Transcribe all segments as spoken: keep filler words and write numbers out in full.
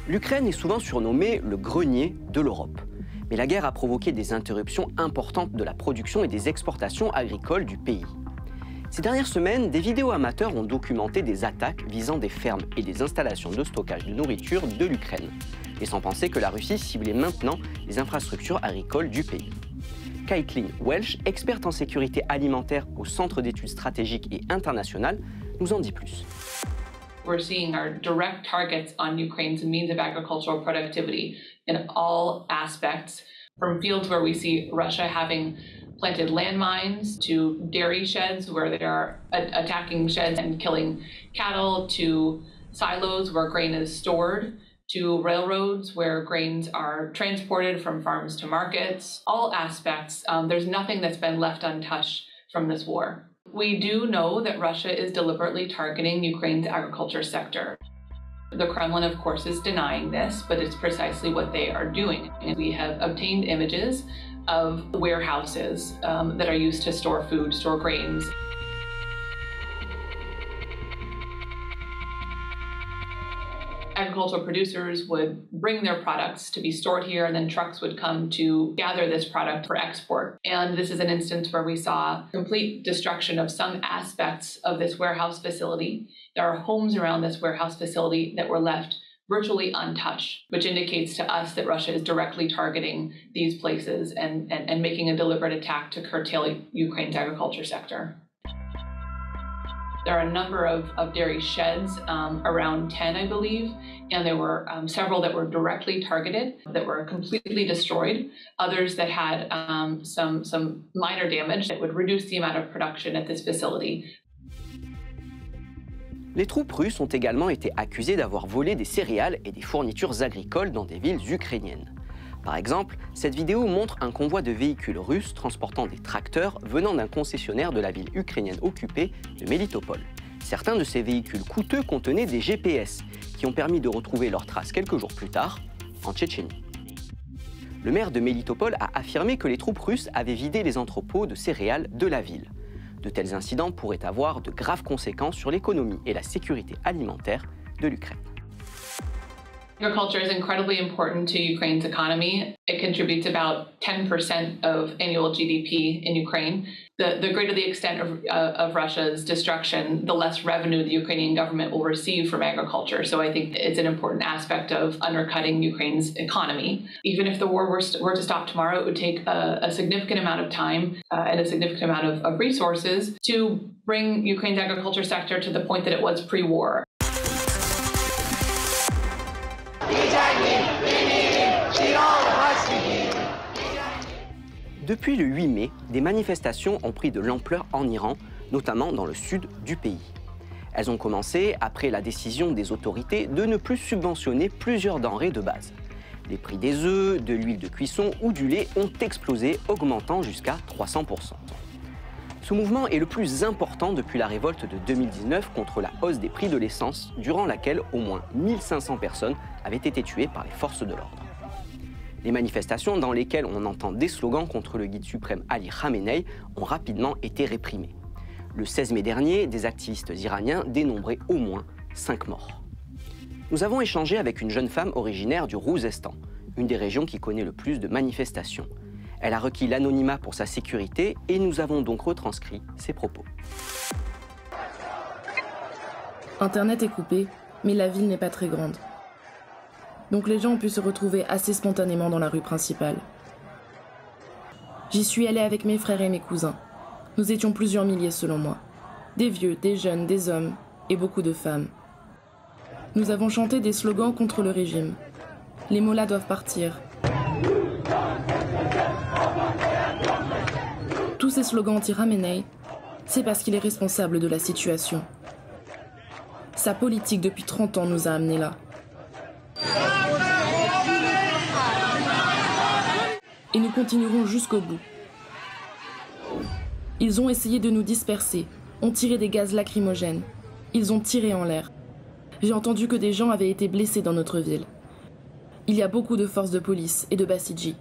L'Ukraine est souvent surnommée le grenier de l'Europe. Mais la guerre a provoqué des interruptions importantes de la production et des exportations agricoles du pays. Ces dernières semaines, des vidéos amateurs ont documenté des attaques visant des fermes et des installations de stockage de nourriture de l'Ukraine, laissant penser que la Russie ciblait maintenant les infrastructures agricoles du pays. Caitlin Welch, experte en sécurité alimentaire au Centre d'études stratégiques et internationales, nous en dit plus. We're seeing our direct targets on Ukraine's means of agricultural productivity in all aspects, from fields where we see Russia having planted landmines, to dairy sheds where they are attacking sheds and killing cattle, to silos where grain is stored, to railroads where grains are transported from farms to markets. All aspects, um, there's nothing that's been left untouched from this war. We do know that Russia is deliberately targeting Ukraine's agriculture sector. The Kremlin, of course, is denying this, but it's precisely what they are doing. And we have obtained images of warehouses um, that are used to store food, store grains. Agricultural producers would bring their products to be stored here, and then trucks would come to gather this product for export. And this is an instance where we saw complete destruction of some aspects of this warehouse facility. There are homes around this warehouse facility that were left virtually untouched, which indicates to us that Russia is directly targeting these places and, and, and making a deliberate attack to curtail Ukraine's agriculture sector. There are a number of, of dairy sheds, um, around ten, I believe, and there were um, several that were directly targeted, that were completely destroyed, others that had um, some, some minor damage that would reduce the amount of production at this facility. Les troupes russes ont également été accusées d'avoir volé des céréales et des fournitures agricoles dans des villes ukrainiennes. Par exemple, cette vidéo montre un convoi de véhicules russes transportant des tracteurs venant d'un concessionnaire de la ville ukrainienne occupée de Melitopol. Certains de ces véhicules coûteux contenaient des G P S qui ont permis de retrouver leurs traces quelques jours plus tard en Tchétchénie. Le maire de Melitopol a affirmé que les troupes russes avaient vidé les entrepôts de céréales de la ville. De tels incidents pourraient avoir de graves conséquences sur l'économie et la sécurité alimentaire de l'Ukraine. Agriculture is incredibly important to Ukraine's economy. It contributes about ten percent of annual G D P in Ukraine. The, the greater the extent of, uh, of Russia's destruction, the less revenue the Ukrainian government will receive from agriculture. So I think it's an important aspect of undercutting Ukraine's economy. Even if the war were, were to stop tomorrow, it would take a, a significant amount of time uh, and a significant amount of, of resources to bring Ukraine's agriculture sector to the point that it was pre-war. Depuis le huit mai, des manifestations ont pris de l'ampleur en Iran, notamment dans le sud du pays. Elles ont commencé après la décision des autorités de ne plus subventionner plusieurs denrées de base. Les prix des œufs, de l'huile de cuisson ou du lait ont explosé, augmentant jusqu'à trois cents pour cent. Ce mouvement est le plus important depuis la révolte de deux mille dix-neuf contre la hausse des prix de l'essence, durant laquelle au moins mille cinq cents personnes avaient été tuées par les forces de l'ordre. Les manifestations dans lesquelles on entend des slogans contre le guide suprême Ali Khamenei ont rapidement été réprimées. Le seize mai dernier, des activistes iraniens dénombraient au moins cinq morts. Nous avons échangé avec une jeune femme originaire du Rouzestan, une des régions qui connaît le plus de manifestations. Elle a requis l'anonymat pour sa sécurité et nous avons donc retranscrit ses propos. Internet est coupé, mais la ville n'est pas très grande. Donc les gens ont pu se retrouver assez spontanément dans la rue principale. J'y suis allée avec mes frères et mes cousins. Nous étions plusieurs milliers selon moi. Des vieux, des jeunes, des hommes et beaucoup de femmes. Nous avons chanté des slogans contre le régime. Les mollahs doivent partir. Tous ces slogans anti-Khamenei, c'est parce qu'il est responsable de la situation. Sa politique depuis trente ans nous a amenés là. Et nous continuerons jusqu'au bout. Ils ont essayé de nous disperser, ont tiré des gaz lacrymogènes. Ils ont tiré en l'air. J'ai entendu que des gens avaient été blessés dans notre ville. Il y a beaucoup de forces de police et de Basiji.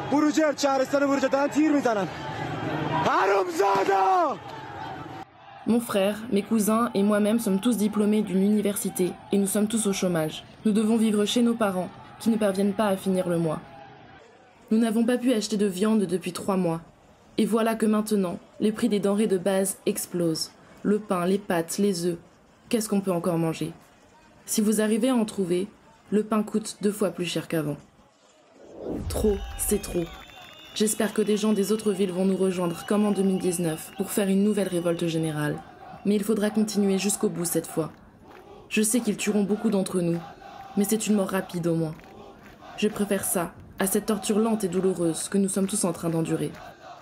Mon frère, mes cousins et moi-même sommes tous diplômés d'une université et nous sommes tous au chômage. Nous devons vivre chez nos parents qui ne parviennent pas à finir le mois. Nous n'avons pas pu acheter de viande depuis trois mois. Et voilà que maintenant, les prix des denrées de base explosent. Le pain, les pâtes, les œufs. Qu'est-ce qu'on peut encore manger? Si vous arrivez à en trouver, le pain coûte deux fois plus cher qu'avant. Trop, c'est trop. J'espère que des gens des autres villes vont nous rejoindre comme en deux mille dix-neuf pour faire une nouvelle révolte générale. Mais il faudra continuer jusqu'au bout cette fois. Je sais qu'ils tueront beaucoup d'entre nous, mais c'est une mort rapide au moins. Je préfère ça à cette torture lente et douloureuse que nous sommes tous en train d'endurer.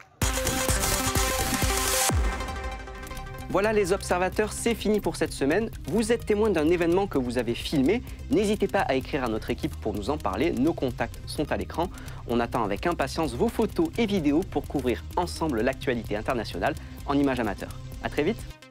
Voilà les observateurs, c'est fini pour cette semaine. Vous êtes témoin d'un événement que vous avez filmé. N'hésitez pas à écrire à notre équipe pour nous en parler. Nos contacts sont à l'écran. On attend avec impatience vos photos et vidéos pour couvrir ensemble l'actualité internationale en images amateurs. À très vite.